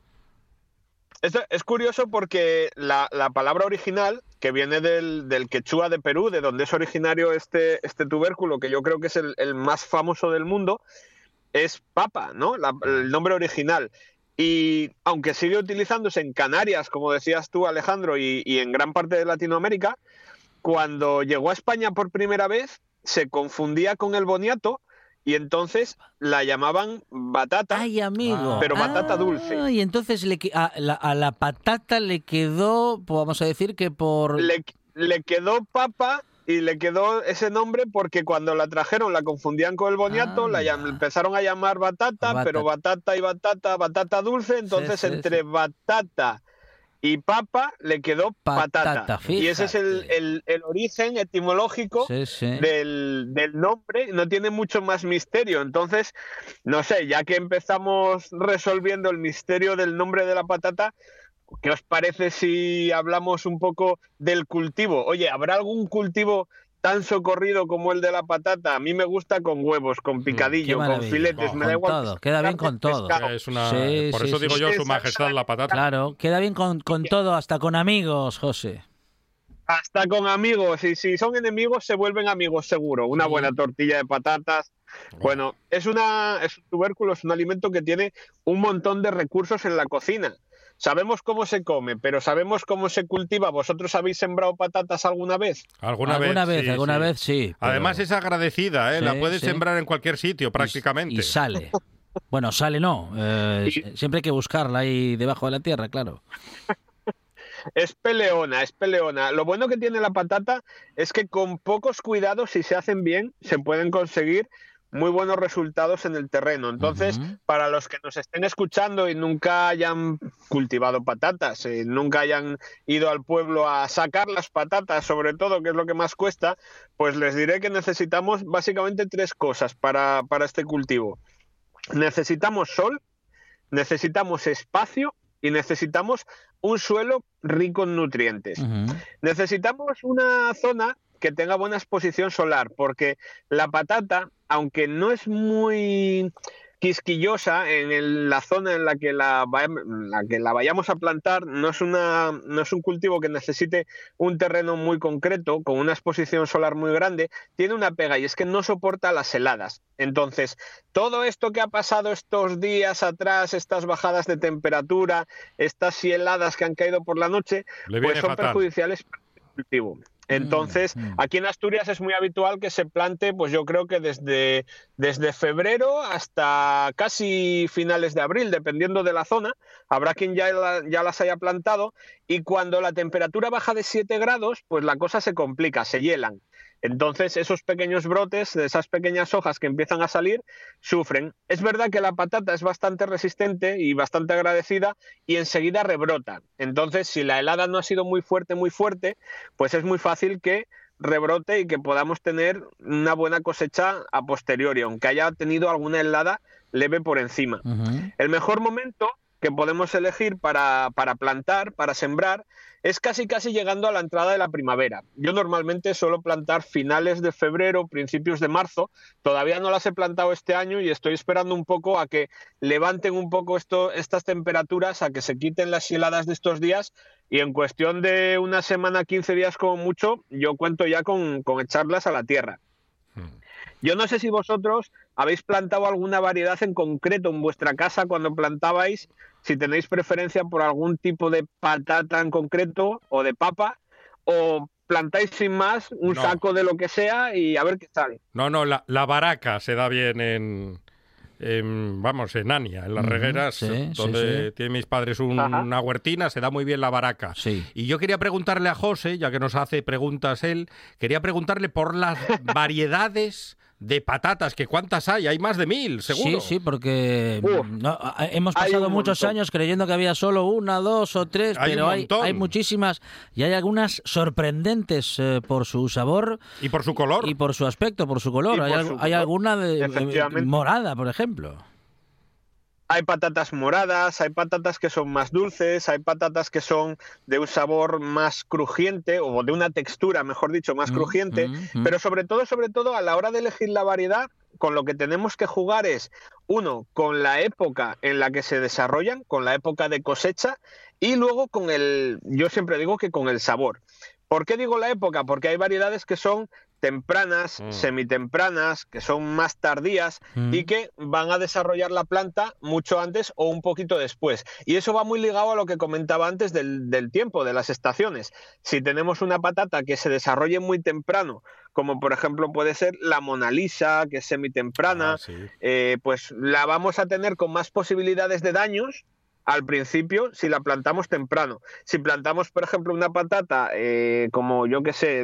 Esto es curioso porque la palabra original, que viene del quechua de Perú, de donde es originario este tubérculo, que yo creo que es el más famoso del mundo, es papa, ¿no? El nombre original. Y aunque sigue utilizándose en Canarias, como decías tú, Alejandro, y en gran parte de Latinoamérica, cuando llegó a España por primera vez se confundía con el boniato y entonces la llamaban batata. ¡Ay, amigo! Pero batata dulce. Y entonces a la patata le quedó, vamos a decir que por... Le quedó papa. Y le quedó ese nombre porque cuando la trajeron la confundían con el boniato, empezaron a llamar batata, pero batata y batata dulce, entonces entre batata y papa le quedó patata. Y ese es el origen etimológico del nombre, no tiene mucho más misterio. Entonces, no sé, ya que empezamos resolviendo el misterio del nombre de la patata, ¿qué os parece si hablamos un poco del cultivo? Oye, ¿habrá algún cultivo tan socorrido como el de la patata? A mí me gusta con huevos, con picadillo, con filetes, me da igual. Todo. Queda bien con todo. Por eso digo yo, su majestad la patata. Claro, queda bien con todo, hasta con amigos, José. Hasta con amigos, y si son enemigos se vuelven amigos seguro. Una buena tortilla de patatas. Bueno, es un tubérculo, es un alimento que tiene un montón de recursos en la cocina. Sabemos cómo se come, pero sabemos cómo se cultiva. ¿Vosotros habéis sembrado patatas alguna vez? Alguna vez, sí. Pero... Además es agradecida, ¿eh? Sí, la puedes sembrar en cualquier sitio prácticamente. Y sale. Bueno, sale no. Siempre hay que buscarla ahí debajo de la tierra, claro. Es peleona. Lo bueno que tiene la patata es que con pocos cuidados, si se hacen bien, se pueden conseguir muy buenos resultados en el terreno. Entonces, para los que nos estén escuchando y nunca hayan cultivado patatas, nunca hayan ido al pueblo a sacar las patatas, sobre todo, que es lo que más cuesta, pues les diré que necesitamos básicamente 3 cosas para este cultivo. Necesitamos sol, necesitamos espacio y necesitamos un suelo rico en nutrientes. Necesitamos una zona que tenga buena exposición solar, porque la patata, aunque no es muy quisquillosa en la zona en la que la vayamos a plantar, no es un cultivo que necesite un terreno muy concreto, con una exposición solar muy grande, tiene una pega y es que no soporta las heladas. Entonces, todo esto que ha pasado estos días atrás, estas bajadas de temperatura, estas heladas que han caído por la noche, pues son perjudiciales para el cultivo. Entonces, aquí en Asturias es muy habitual que se plante, pues yo creo que desde febrero hasta casi finales de abril, dependiendo de la zona. Habrá quien ya las haya plantado, y cuando la temperatura baja de 7 grados, pues la cosa se complica, se hielan. Entonces, esos pequeños brotes, esas pequeñas hojas que empiezan a salir, sufren. Es verdad que la patata es bastante resistente y bastante agradecida y enseguida rebrota. Entonces, si la helada no ha sido muy fuerte, pues es muy fácil que rebrote y que podamos tener una buena cosecha a posteriori, aunque haya tenido alguna helada leve por encima. El mejor momento que podemos elegir para plantar, para sembrar, es casi llegando a la entrada de la primavera. Yo normalmente suelo plantar finales de febrero, principios de marzo. Todavía no las he plantado este año y estoy esperando un poco a que levanten un poco estas temperaturas, a que se quiten las heladas de estos días, y en cuestión de una semana, 15 días como mucho, yo cuento ya con echarlas a la tierra. Yo no sé si vosotros habéis plantado alguna variedad en concreto en vuestra casa cuando plantabais, si tenéis preferencia por algún tipo de patata en concreto o de papa, o plantáis sin más un saco de lo que sea y a ver qué sale. No, la baraca se da bien en Ania, en las regueras, donde tienen mis padres una huertina, se da muy bien la baraca. Y yo quería preguntarle a José, ya que nos hace preguntas él, quería preguntarle por las variedades de patatas, que cuántas hay más de 1000, seguro. Sí, porque hemos pasado muchos años creyendo que había solo 1, 2 o 3, pero hay muchísimas, y hay algunas sorprendentes por su sabor y por su color y por su aspecto, por su color. Hay alguna morada, por ejemplo. Hay patatas moradas, hay patatas que son más dulces, hay patatas que son de un sabor más crujiente, o de una textura, mejor dicho, más crujiente, pero sobre todo a la hora de elegir la variedad, con lo que tenemos que jugar es, uno, con la época en la que se desarrollan, con la época de cosecha, y luego yo siempre digo que con el sabor. ¿Por qué digo la época? Porque hay variedades que son tempranas, semitempranas, que son más tardías y que van a desarrollar la planta mucho antes o un poquito después. Y eso va muy ligado a lo que comentaba antes del tiempo, de las estaciones. Si tenemos una patata que se desarrolle muy temprano, como por ejemplo puede ser la Mona Lisa, que es semitemprana, pues la vamos a tener con más posibilidades de daños al principio si la plantamos temprano. Si plantamos, por ejemplo, una patata como yo que sé,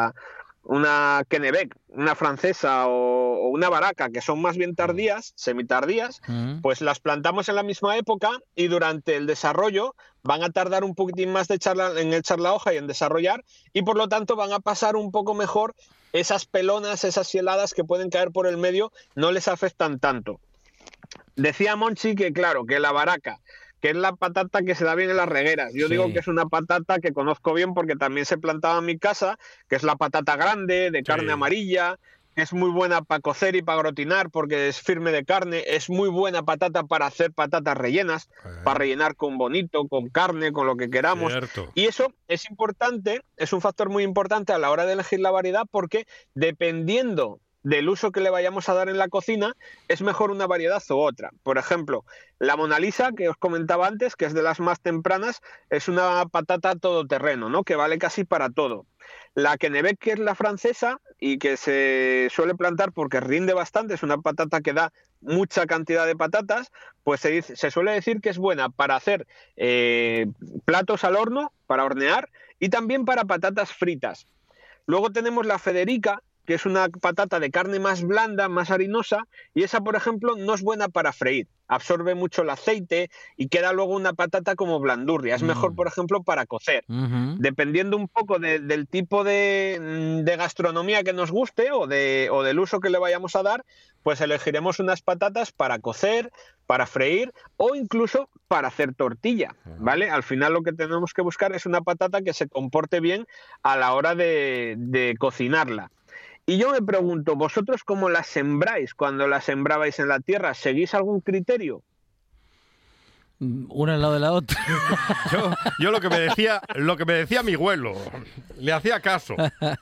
una Kennebec, una francesa o una baraca, que son más bien tardías, semitardías, pues las plantamos en la misma época y durante el desarrollo van a tardar un poquitín más en echar la hoja y en desarrollar, y por lo tanto van a pasar un poco mejor esas pelonas, esas heladas que pueden caer por el medio, no les afectan tanto. Decía Monchi que claro, que la baraca, que es la patata que se da bien en las regueras. Yo digo que es una patata que conozco bien porque también se plantaba en mi casa, que es la patata grande, de carne amarilla, es muy buena para cocer y para gratinar porque es firme de carne, es muy buena patata para hacer patatas rellenas, para rellenar con bonito, con carne, con lo que queramos. Cierto. Y eso es importante, es un factor muy importante a la hora de elegir la variedad porque dependiendo del uso que le vayamos a dar en la cocina, es mejor una variedad u otra. Por ejemplo, la Mona Lisa, que os comentaba antes, que es de las más tempranas, es una patata todoterreno, ¿no? Que vale casi para todo. La Kennebec, que es la francesa y que se suele plantar porque rinde bastante, es una patata que da mucha cantidad de patatas, pues se suele decir que es buena para hacer platos al horno, para hornear y también para patatas fritas. Luego tenemos la Federica, que es una patata de carne más blanda, más harinosa, y esa, por ejemplo, no es buena para freír. Absorbe mucho el aceite y queda luego una patata como blandurria. Es mejor, por ejemplo, para cocer. Dependiendo un poco del tipo de gastronomía que nos guste o del uso que le vayamos a dar, pues elegiremos unas patatas para cocer, para freír o incluso para hacer tortilla, ¿vale? Al final lo que tenemos que buscar es una patata que se comporte bien a la hora de cocinarla. Y yo me pregunto, ¿vosotros cómo las sembráis cuando las sembrabais en la tierra? ¿Seguís algún criterio? Una al lado de la otra. Yo lo que me decía mi abuelo, le hacía caso.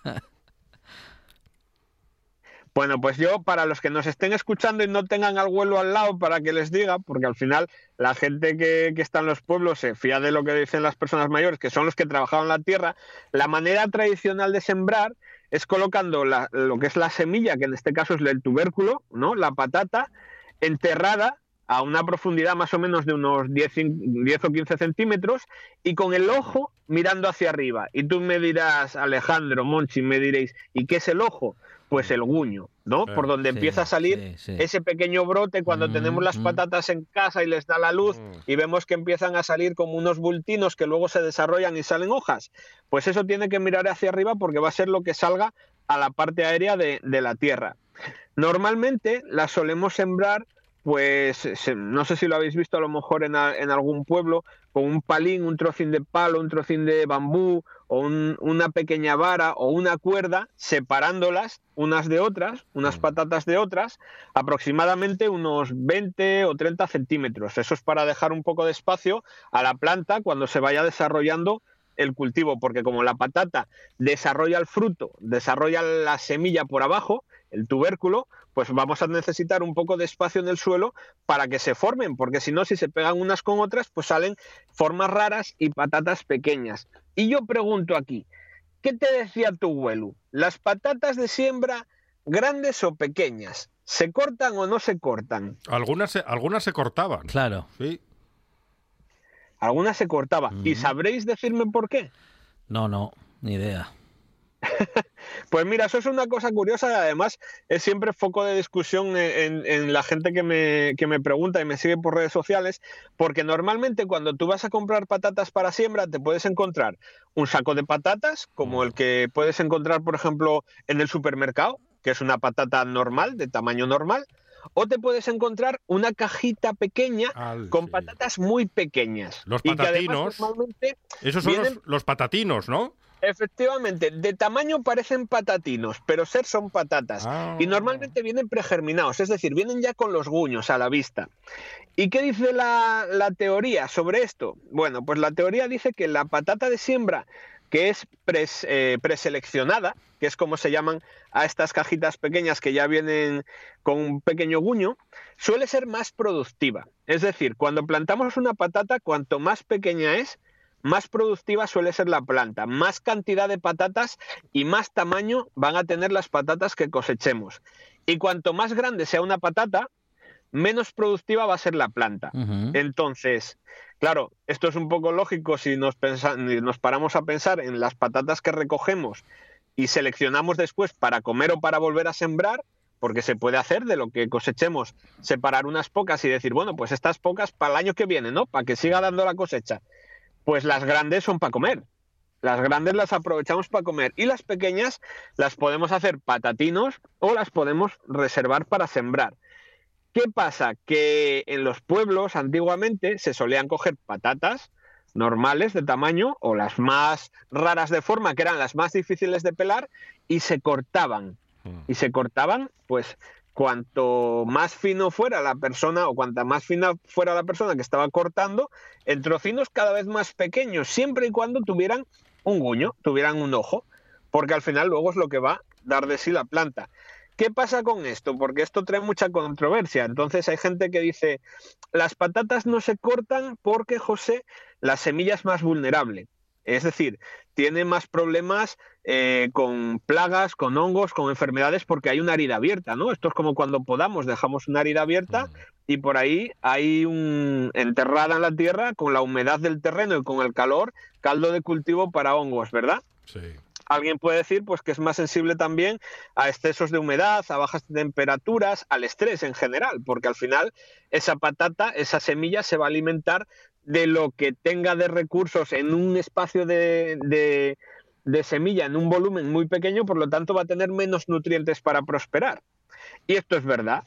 Bueno, pues yo, para los que nos estén escuchando y no tengan al abuelo al lado para que les diga, porque al final la gente que está en los pueblos se fía de lo que dicen las personas mayores, que son los que trabajaban la tierra, la manera tradicional de sembrar es colocando lo que es la semilla, que en este caso es el tubérculo, ¿no? La patata, enterrada a una profundidad más o menos de unos 10 o 15 centímetros y con el ojo mirando hacia arriba. Y tú me dirás, Alejandro, Monchi, me diréis, ¿y qué es el ojo? Pues el guño, ¿no? Por donde empieza a salir ese pequeño brote cuando tenemos las patatas en casa y les da la luz y vemos que empiezan a salir como unos bultinos que luego se desarrollan y salen hojas. Pues eso tiene que mirar hacia arriba porque va a ser lo que salga a la parte aérea de la tierra. Normalmente las solemos sembrar, pues no sé si lo habéis visto a lo mejor en algún pueblo, con un palín, un trocín de palo, un trocín de bambú o una pequeña vara o una cuerda, separándolas unas de otras, unas patatas de otras, aproximadamente unos 20 o 30 centímetros. Eso es para dejar un poco de espacio a la planta cuando se vaya desarrollando el cultivo, porque como la patata desarrolla el fruto, desarrolla la semilla por abajo, el tubérculo, pues vamos a necesitar un poco de espacio en el suelo para que se formen, porque si no, si se pegan unas con otras, pues salen formas raras y patatas pequeñas. Y yo pregunto aquí, ¿qué te decía tu abuelo? ¿Las patatas de siembra grandes o pequeñas? ¿Se cortan o no se cortan? Algunas se cortaban. Claro. Sí. Algunas se cortaban. ¿Y sabréis decirme por qué? No, ni idea. Pues mira, eso es una cosa curiosa y además es siempre foco de discusión en la gente que me pregunta y me sigue por redes sociales, porque normalmente cuando tú vas a comprar patatas para siembra te puedes encontrar un saco de patatas, como el que puedes encontrar, por ejemplo, en el supermercado, que es una patata normal, de tamaño normal, o te puedes encontrar una cajita pequeña con patatas muy pequeñas. Los y patatinos, que además, normalmente esos son los patatinos, ¿no? Efectivamente, de tamaño parecen patatinos, pero son patatas. Y normalmente vienen pregerminados, es decir, vienen ya con los guños a la vista. ¿Y qué dice la teoría sobre esto? Bueno, pues la teoría dice que la patata de siembra, que es preseleccionada, que es como se llaman a estas cajitas pequeñas que ya vienen con un pequeño guño, suele ser más productiva. Es decir, cuando plantamos una patata, cuanto más pequeña es, más productiva suele ser la planta, más cantidad de patatas y más tamaño van a tener las patatas que cosechemos. Y cuanto más grande sea una patata, menos productiva va a ser la planta. Entonces, claro, esto es un poco lógico si nos paramos a pensar en las patatas que recogemos y seleccionamos después para comer o para volver a sembrar, porque se puede hacer de lo que cosechemos, separar unas pocas y decir, bueno, pues estas pocas para el año que viene, ¿no? Para que siga dando la cosecha. Pues las grandes son para comer. Las grandes las aprovechamos para comer y las pequeñas las podemos hacer patatinos o las podemos reservar para sembrar. ¿Qué pasa? Que en los pueblos antiguamente se solían coger patatas normales de tamaño o las más raras de forma, que eran las más difíciles de pelar, y se cortaban. y se cortaban, pues cuanto más fino fuera la persona o cuanta más fina fuera la persona que estaba cortando, en trocinos cada vez más pequeños, siempre y cuando tuvieran un guño, tuvieran un ojo, porque al final luego es lo que va a dar de sí la planta. ¿Qué pasa con esto? Porque esto trae mucha controversia. Entonces hay gente que dice, las patatas no se cortan porque, José, la semilla es más vulnerable. Es decir, tiene más problemas con plagas, con hongos, con enfermedades, porque hay una herida abierta, ¿no? Esto es como cuando podamos, dejamos una herida abierta y por ahí hay enterrada en la tierra, con la humedad del terreno y con el calor, caldo de cultivo para hongos, ¿verdad? Sí. Alguien puede decir pues que es más sensible también a excesos de humedad, a bajas temperaturas, al estrés en general, porque al final esa patata, esa semilla se va a alimentar de lo que tenga de recursos en un espacio de semilla, en un volumen muy pequeño, por lo tanto va a tener menos nutrientes para prosperar. Y esto es verdad.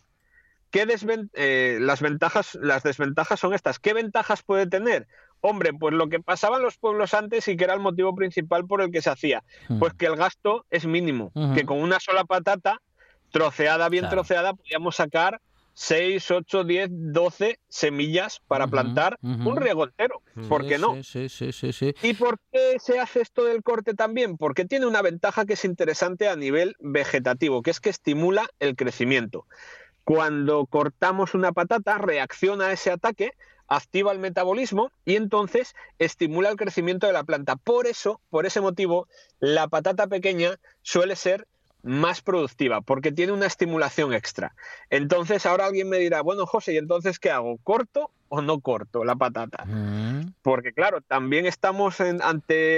Las desventajas son estas. ¿Qué ventajas puede tener? Hombre, pues lo que pasaba en los pueblos antes y que era el motivo principal por el que se hacía, pues que el gasto es mínimo, que con una sola patata, troceada, bien troceada, podíamos sacar 6, 8, 10, 12 semillas para plantar un riego entero. ¿Por qué no? Sí. ¿Y por qué se hace esto del corte también? Porque tiene una ventaja que es interesante a nivel vegetativo, que es que estimula el crecimiento. Cuando cortamos una patata, reacciona a ese ataque, activa el metabolismo y entonces estimula el crecimiento de la planta. Por eso, por ese motivo, la patata pequeña suele ser más productiva, porque tiene una estimulación extra. Entonces ahora alguien me dirá, bueno, José, ¿y entonces qué hago? ¿Corto o no corto la patata? Porque claro, también estamos ante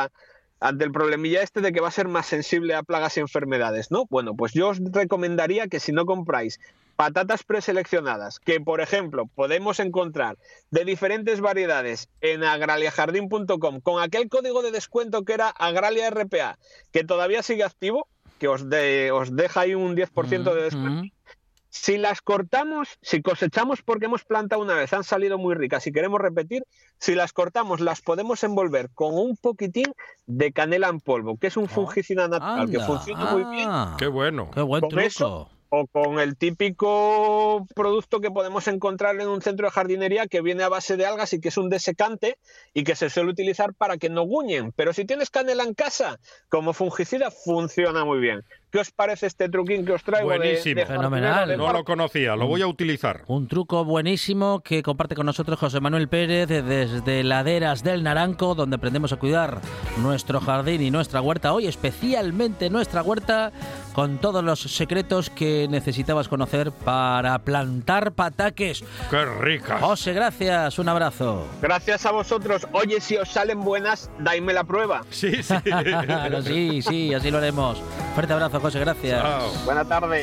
el problemilla este de que va a ser más sensible a plagas y enfermedades, ¿no? Bueno, pues yo os recomendaría que si no compráis patatas preseleccionadas, que por ejemplo podemos encontrar de diferentes variedades en agraliajardin.com con aquel código de descuento que era AgraliaRPA, que todavía sigue activo, que os deja ahí un 10% de descuento. Si las cortamos, si cosechamos porque hemos plantado una vez, han salido muy ricas y queremos repetir, si las cortamos las podemos envolver con un poquitín de canela en polvo, que es un fungicida natural que funciona muy bien. ¡Qué bueno! ¡Qué buen truco! Eso, o con el típico producto que podemos encontrar en un centro de jardinería que viene a base de algas y que es un desecante y que se suele utilizar para que no guñen. Pero si tienes canela en casa, como fungicida, funciona muy bien. ¿Qué os parece este truquín que os traigo? Buenísimo. Fenomenal. No lo conocía, lo voy a utilizar. Un truco buenísimo que comparte con nosotros José Manuel Pérez desde Laderas del Naranco, donde aprendemos a cuidar nuestro jardín y nuestra huerta. Hoy especialmente nuestra huerta, con todos los secretos que necesitabas conocer para plantar pataques. ¡Qué ricas! José, gracias. Un abrazo. Gracias a vosotros. Oye, si os salen buenas, daime la prueba. Sí. Claro, sí, así lo haremos. Fuerte abrazo, José, gracias. Chao. Buena tarde.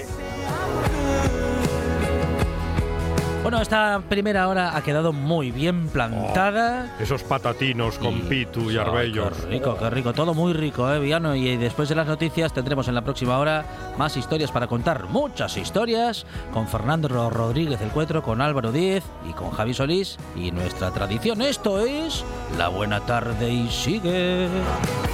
Bueno, esta primera hora ha quedado muy bien plantada. Esos patatinos con pitu y arbellos. Qué rico, todo muy rico, Viano. Y después de las noticias tendremos en la próxima hora más historias para contar, muchas historias, con Fernando Rodríguez del Cuetro, con Álvaro Díez y con Javi Solís. Y nuestra tradición, esto es La Buena Tarde y Sigue.